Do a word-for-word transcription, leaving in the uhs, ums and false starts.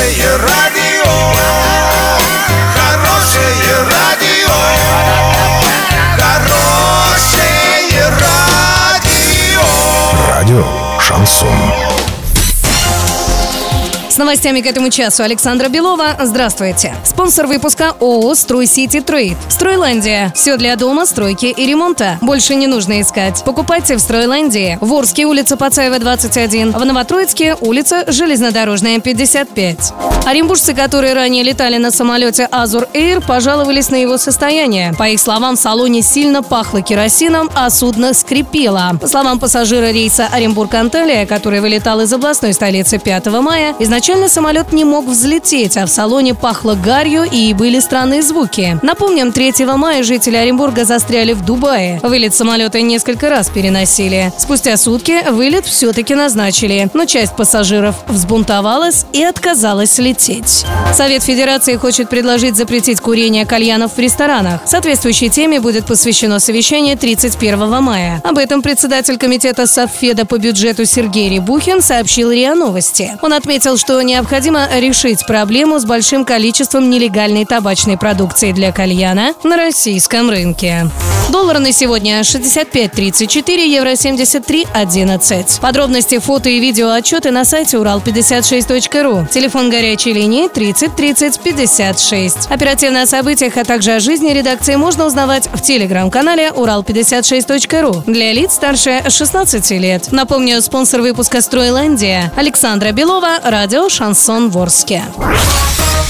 Хорошее радио, хорошее радио, хорошее радио. Радио Шансон. С новостями к этому часу Александра Белова. Здравствуйте. Спонсор выпуска ООО «Стройсити Трейд». Стройландия. Все для дома, стройки и ремонта. Больше не нужно искать. Покупайте в Стройландии. В Орске улица Пацаева, двадцать один. В Новотроицке улица Железнодорожная, пятьдесят пять. Оренбуржцы, которые ранее летали на самолете Азур Эйр, пожаловались на его состояние. По их словам, в салоне сильно пахло керосином, а судно скрипело. По словам пассажира рейса Оренбург-Анталия, который вылетал из областной столицы пятого мая, изначально Изначально самолет не мог взлететь, а в салоне пахло гарью и были странные звуки. Напомним, третьего мая жители Оренбурга застряли в Дубае. Вылет самолета несколько раз переносили. Спустя сутки вылет все-таки назначили, но часть пассажиров взбунтовалась и отказалась лететь. Совет Федерации хочет предложить запретить курение кальянов в ресторанах. Соответствующей теме будет посвящено совещание тридцать первого мая. Об этом председатель комитета Совфеда по бюджету Сергей Рябухин сообщил РИА Новости. Он отметил, что необходимо решить проблему с большим количеством нелегальной табачной продукции для кальяна на российском рынке. Доллар на сегодня шестьдесят пять тридцать четыре, евро семьдесят три одиннадцать. Подробности, фото и видео отчеты на сайте урал пятьдесят шесть точка ру. Телефон горячей линии тридцать тридцать пятьдесят шесть. Оперативно о событиях, а также о жизни редакции можно узнавать в телеграм-канале урал пятьдесят шесть точка ру для лиц старше шестнадцати лет. Напомню, спонсор выпуска «Стройландия». Александра Белова, радио «Шансон» в Орске.